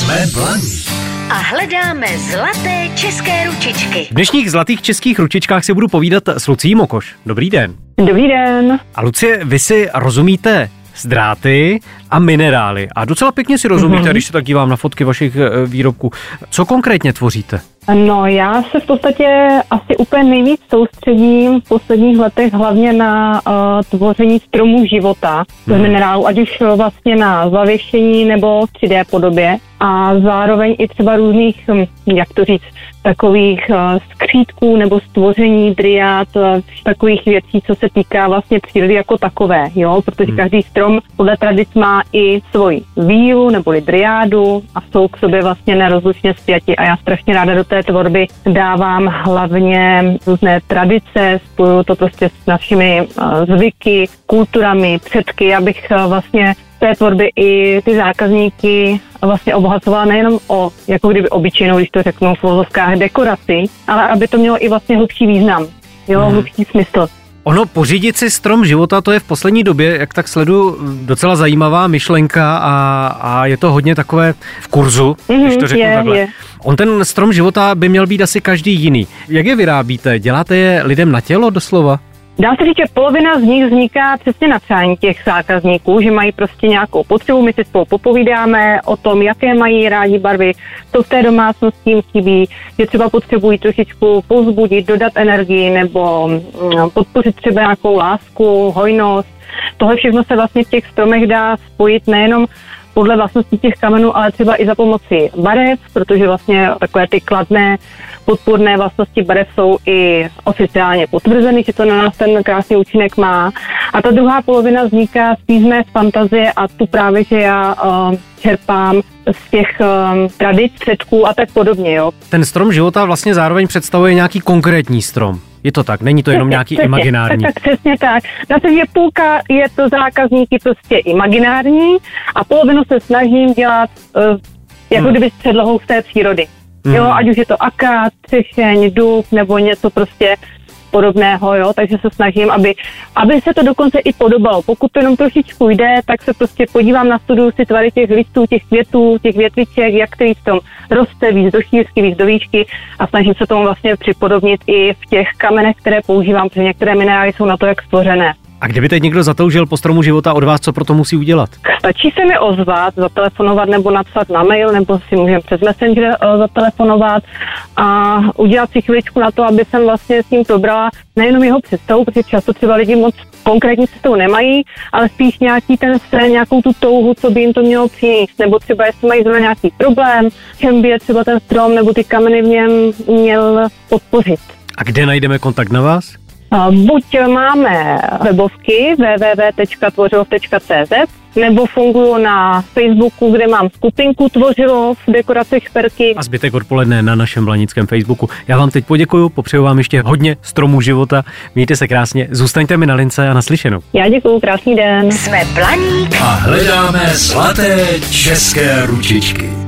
Jsme blaní. A hledáme zlaté české ručičky. V dnešních zlatých českých ručičkách si budu povídat s Lucií Mokoš. Dobrý den. Dobrý den. A Lucie, vy si rozumíte s dráty a minerály. A docela pěkně si rozumíte, když se tak dívám na fotky vašich výrobků. Co konkrétně tvoříte? No, já se v podstatě asi úplně nejvíc soustředím v posledních letech hlavně na tvoření stromů života z minerálů, ať už vlastně na zavěštění nebo v 3D podobě. A zároveň i třeba různých, jak to říct, takových skřítků nebo stvoření driád, takových věcí, co se týká vlastně přírody jako takové, jo, protože každý strom podle tradic má i svoji vílu neboli driádu a jsou k sobě vlastně nerozlučně spjati a já strašně ráda do té tvorby dávám hlavně různé tradice, spojuju to prostě s našimi zvyky, kulturami, předky, abych vlastně té tvorby i ty zákazníky vlastně obohacovala nejenom o, jako kdyby obyčejnou, když to řeknu v uvozovkách, dekoraci, ale aby to mělo i vlastně hlubší význam, jo, hlubší smysl. Ono, pořídit si strom života, to je v poslední době, jak tak sleduju, docela zajímavá myšlenka a je to hodně takové v kurzu, když to řeknu takhle. Je. On ten strom života by měl být asi každý jiný. Jak je vyrábíte? Děláte je lidem na tělo doslova? Dá se říct, že polovina z nich vzniká přesně na přání těch zákazníků, že mají prostě nějakou potřebu, my si spolu popovídáme o tom, jaké mají rádi barvy, co v té domácnosti jim chybí, že třeba potřebují trošičku povzbudit, dodat energii nebo podpořit třeba nějakou lásku, hojnost. Tohle všechno se vlastně v těch stromech dá spojit nejenom podle vlastností těch kamenů, ale třeba i za pomoci barev, protože vlastně takové ty kladné podpůrné vlastnosti barev jsou i oficiálně potvrzeny, že to na nás ten krásný účinek má. A ta druhá polovina vzniká spíš z mé fantazie a tu právě, že já čerpám z těch tradic, předků a tak podobně. Jo. Ten strom života vlastně zároveň představuje nějaký konkrétní strom. Je to tak? Není to jenom nějaký imaginární? Tak přesně tak. Dá se, že půlka je to zákazníky prostě imaginární a polovinu se snažím dělat jako kdyby s předlohou z té přírody. Jo, ať už je to akát, třešeň, dub nebo něco prostě podobného, jo, takže se snažím, aby se to dokonce i podobalo. Pokud to jenom trošičku jde, tak se prostě podívám na studiu si tvary těch listů, těch květů, těch větviček, jak který v tom roste víc do šířky, víc do výšky a snažím se tomu vlastně připodobnit i v těch kamenech, které používám, protože některé minerály jsou na to jak stvořené. A kdyby teď někdo zatoužil po stromu života od vás, co pro to musí udělat? Stačí se mi ozvat, zatelefonovat nebo napsat na mail, nebo si můžeme přes Messenger zatelefonovat a udělat si chvíličku na to, aby jsem vlastně s ním probrala nejenom jeho představu, protože často třeba lidi moc konkrétní představu nemají, ale spíš nějaký ten sen, nějakou tu touhu, co by jim to mělo přinést, nebo třeba jestli mají zrovna nějaký problém, čem by je třeba ten strom nebo ty kameny v něm měl podpořit. A kde najdeme kontakt na vás? Buď máme webovky www.tvořilov.cz nebo funguju na Facebooku, kde mám skupinku Tvořilov, dekorace šperky. A zbytek odpoledne na našem blanickém Facebooku. Já vám teď poděkuju, popřeju vám ještě hodně stromů života. Mějte se krásně, zůstaňte mi na lince a naslyšenou. Já děkuju, krásný den. Jsme Blaník A hledáme zlaté české ručičky.